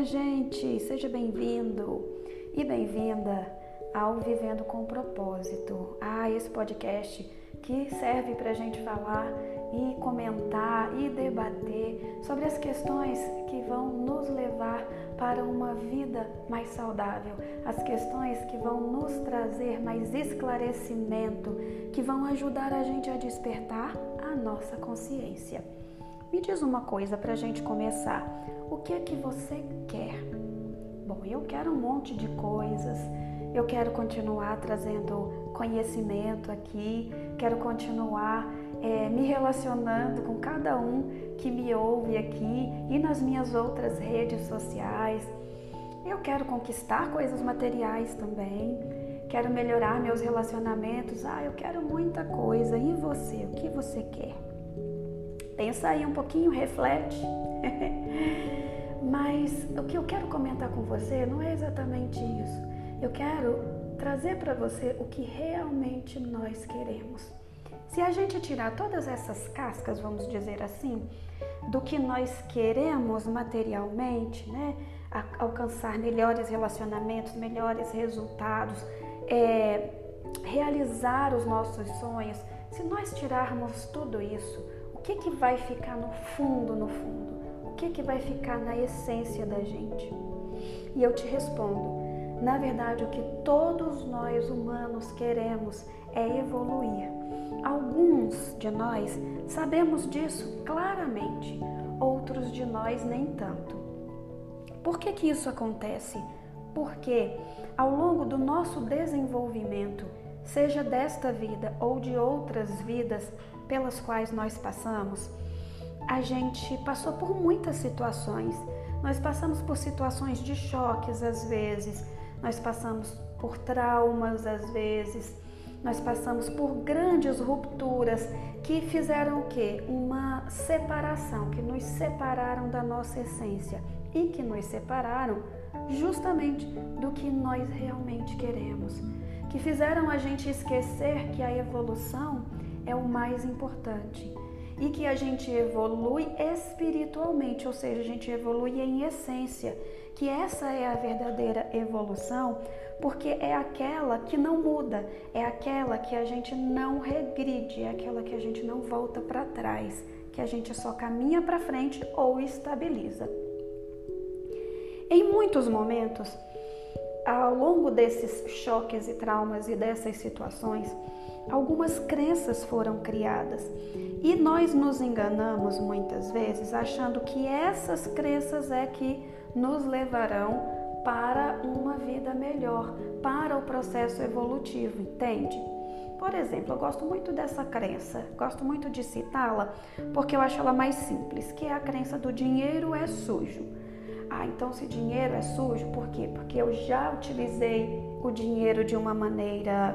gente! Seja bem-vindo e bem-vinda ao Vivendo com Propósito. Esse podcast que serve para a gente falar e comentar e debater sobre as questões que vão nos levar para uma vida mais saudável, as questões que vão nos trazer mais esclarecimento, que vão ajudar a gente a despertar a nossa consciência. Me diz uma coisa para a gente começar. O que é que você quer? Bom, eu quero um monte de coisas. Eu quero continuar trazendo conhecimento aqui. Quero continuar me relacionando com cada um que me ouve aqui e nas minhas outras redes sociais. Eu quero conquistar coisas materiais também. Quero melhorar meus relacionamentos. Eu quero muita coisa. E você? O que você quer? Pensa aí um pouquinho, reflete. Mas o que eu quero comentar com você não é exatamente isso. Eu quero trazer para você o que realmente nós queremos. Se a gente tirar todas essas cascas, vamos dizer assim, do que nós queremos materialmente, né? Alcançar melhores relacionamentos, melhores resultados, realizar os nossos sonhos. Se nós tirarmos tudo isso, o que vai ficar no fundo? O que vai ficar na essência da gente? E eu te respondo, na verdade, o que todos nós humanos queremos é evoluir. Alguns de nós sabemos disso claramente, outros de nós nem tanto. Por que isso acontece? Porque ao longo do nosso desenvolvimento, seja desta vida ou de outras vidas pelas quais nós passamos, a gente passou por muitas situações. Nós passamos por situações de choques às vezes, nós passamos por traumas às vezes, nós passamos por grandes rupturas que fizeram o quê? Uma separação, que nos separaram da nossa essência e que nos separaram justamente do que nós realmente queremos, que fizeram a gente esquecer que a evolução é o mais importante e que a gente evolui espiritualmente, ou seja, a gente evolui em essência, que essa é a verdadeira evolução, porque é aquela que não muda, é aquela que a gente não regride, é aquela que a gente não volta para trás, que a gente só caminha para frente ou estabiliza. Em muitos momentos, ao longo desses choques e traumas e dessas situações, algumas crenças foram criadas e nós nos enganamos muitas vezes achando que essas crenças é que nos levarão para uma vida melhor, para o processo evolutivo, entende? Por exemplo, eu gosto muito dessa crença, gosto muito de citá-la porque eu acho ela mais simples, que é a crença do dinheiro é sujo. Então se dinheiro é sujo, por quê? Porque eu já utilizei o dinheiro de uma maneira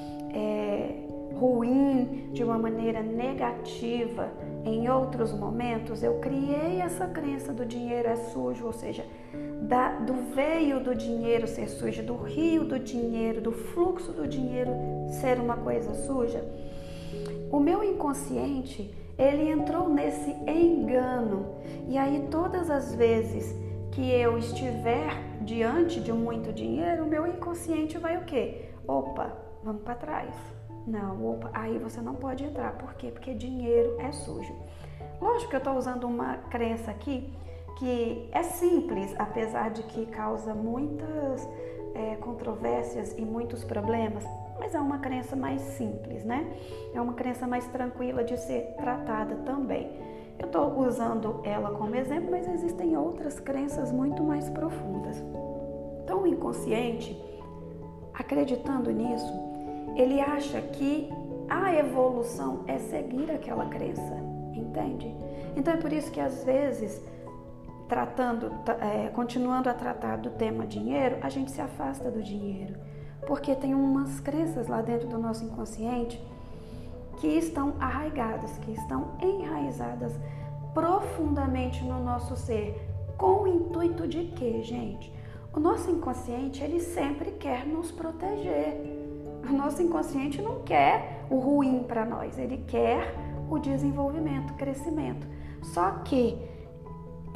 ruim, de uma maneira negativa. Em outros momentos eu criei essa crença do dinheiro é sujo, ou seja, do veio do dinheiro ser sujo, do rio do dinheiro, do fluxo do dinheiro ser uma coisa suja. O meu inconsciente, ele entrou nesse engano, e aí todas as vezes que eu estiver diante de muito dinheiro, o meu inconsciente vai o quê? Opa, vamos para trás. Não, aí você não pode entrar. Por quê? Porque dinheiro é sujo. Lógico que eu estou usando uma crença aqui que é simples, apesar de que causa muitas controvérsias e muitos problemas, mas é uma crença mais simples, né? É uma crença mais tranquila de ser tratada também. Eu estou usando ela como exemplo, mas existem outras crenças muito mais profundas. Então, o inconsciente, acreditando nisso, ele acha que a evolução é seguir aquela crença, entende? Então, é por isso que às vezes, continuando a tratar do tema dinheiro, a gente se afasta do dinheiro, porque tem umas crenças lá dentro do nosso inconsciente que estão arraigadas, que estão enraizadas profundamente no nosso ser, com o intuito de quê, gente? O nosso inconsciente, ele sempre quer nos proteger. O nosso inconsciente não quer o ruim para nós, ele quer o desenvolvimento, o crescimento. Só que,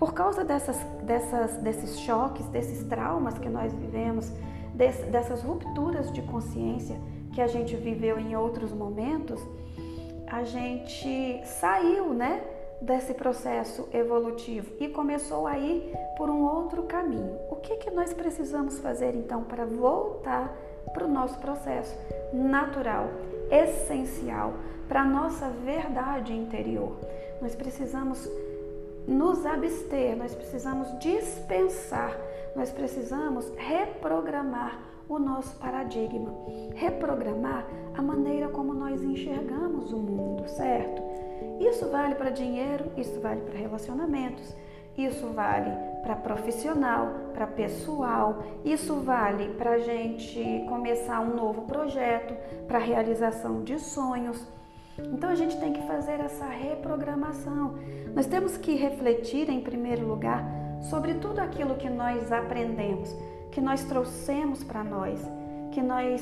por causa desses choques, desses traumas que nós vivemos, dessas rupturas de consciência que a gente viveu em outros momentos, a gente saiu, né, desse processo evolutivo e começou a ir por um outro caminho. O que nós precisamos fazer então para voltar para o nosso processo natural, essencial, para a nossa verdade interior? Nós precisamos nos abster, nós precisamos dispensar, nós precisamos reprogramar o nosso paradigma, reprogramar a maneira como nós enxergamos o mundo, certo? Isso vale para dinheiro, isso vale para relacionamentos, isso vale para profissional, para pessoal, isso vale para a gente começar um novo projeto, para realização de sonhos. Então a gente tem que fazer essa reprogramação. Nós temos que refletir, em primeiro lugar, sobre tudo aquilo que nós aprendemos, que nós trouxemos para nós, que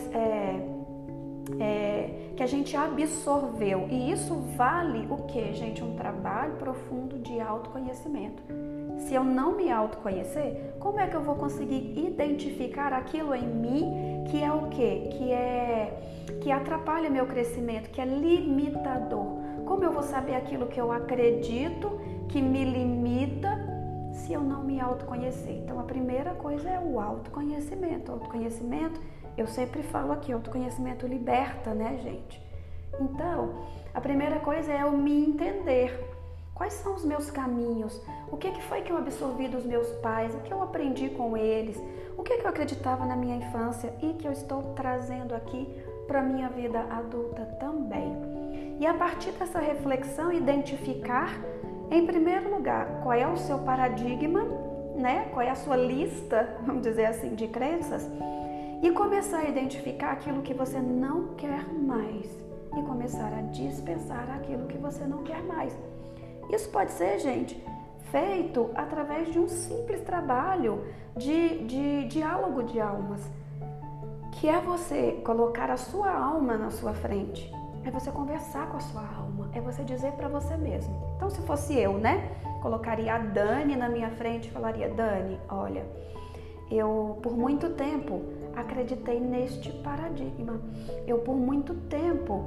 a gente absorveu. E isso vale o quê, gente? Um trabalho profundo de autoconhecimento. Se eu não me autoconhecer, como é que eu vou conseguir identificar aquilo em mim que é o quê? Que atrapalha meu crescimento, que é limitador? Como eu vou saber aquilo que eu acredito que me limita se eu não me autoconhecer? Então a primeira coisa é o autoconhecimento. Autoconhecimento, eu sempre falo aqui, autoconhecimento liberta, né, gente? Então, a primeira coisa é eu me entender. Quais são os meus caminhos? O que foi que eu absorvi dos meus pais? O que eu aprendi com eles? O que eu acreditava na minha infância e que eu estou trazendo aqui para a minha vida adulta também? E a partir dessa reflexão, identificar, em primeiro lugar, qual é o seu paradigma, né? Qual é a sua lista, vamos dizer assim, de crenças, e começar a identificar aquilo que você não quer mais e começar a dispensar aquilo que você não quer mais. Isso pode ser, gente, feito através de um simples trabalho de diálogo de almas, que é você colocar a sua alma na sua frente, é você conversar com a sua alma, é você dizer para você mesmo. Então, se fosse eu, né, colocaria a Dani na minha frente e falaria: Dani, olha, eu por muito tempo acreditei neste paradigma, eu por muito tempo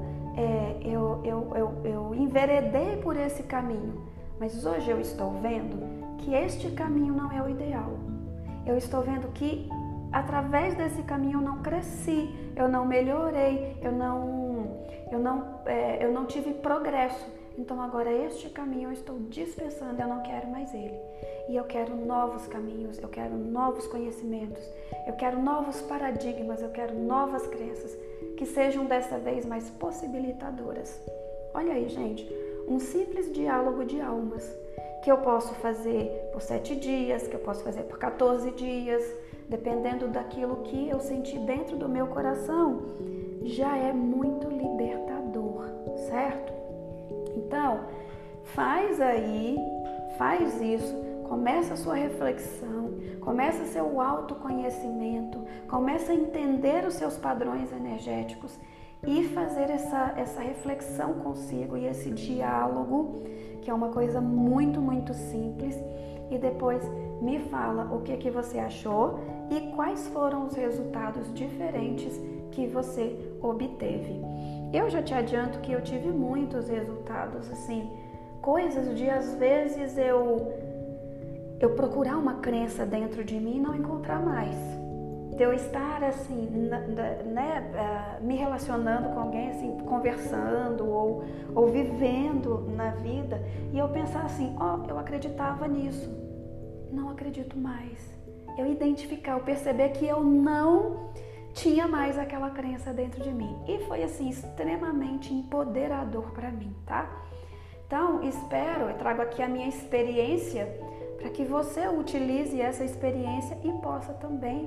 eu enveredei por esse caminho, mas hoje eu estou vendo que este caminho não é o ideal. Eu estou vendo que através desse caminho eu não cresci, eu não melhorei, eu não tive progresso. Então agora este caminho eu estou dispensando, eu não quero mais ele. E eu quero novos caminhos, eu quero novos conhecimentos, eu quero novos paradigmas, eu quero novas crenças que sejam dessa vez mais possibilitadoras. Olha aí, gente, um simples diálogo de almas que eu posso fazer por 7 dias, que eu posso fazer por 14 dias, dependendo daquilo que eu senti dentro do meu coração, já é muito libertador, certo? Então, faz isso, começa a sua reflexão, começa seu autoconhecimento, começa a entender os seus padrões energéticos e fazer essa reflexão consigo e esse diálogo, que é uma coisa muito, muito simples, e depois me fala o que você achou e quais foram os resultados diferentes que você obteve. Eu já te adianto que eu tive muitos resultados, assim, coisas de às vezes eu procurar uma crença dentro de mim e não encontrar mais. De eu estar assim, né, me relacionando com alguém, assim, conversando ou vivendo na vida, e eu pensar assim: eu acreditava nisso, não acredito mais. Eu identificar, eu perceber que eu não tinha mais aquela crença dentro de mim. E foi assim, extremamente empoderador para mim, tá? Então, eu trago aqui a minha experiência para que você utilize essa experiência e possa também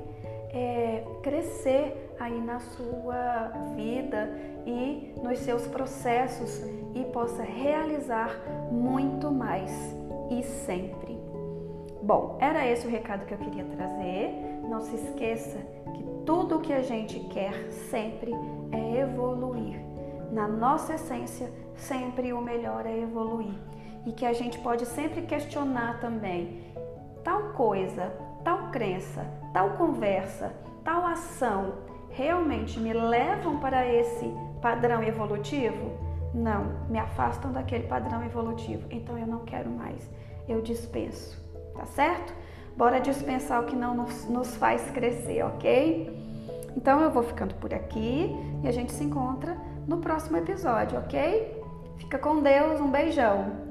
crescer aí na sua vida e nos seus processos e possa realizar muito mais e sempre. Bom, era esse o recado que eu queria trazer. Não se esqueça que tudo o que a gente quer sempre é evoluir. Na nossa essência, sempre o melhor é evoluir. e que a gente pode sempre questionar também. Tal coisa, tal crença, tal conversa, tal ação realmente me levam para esse padrão evolutivo? Não, me afastam daquele padrão evolutivo. Então eu não quero mais, eu dispenso, tá certo? Bora dispensar o que não nos faz crescer, ok? Então eu vou ficando por aqui e a gente se encontra no próximo episódio, ok? Fica com Deus, um beijão!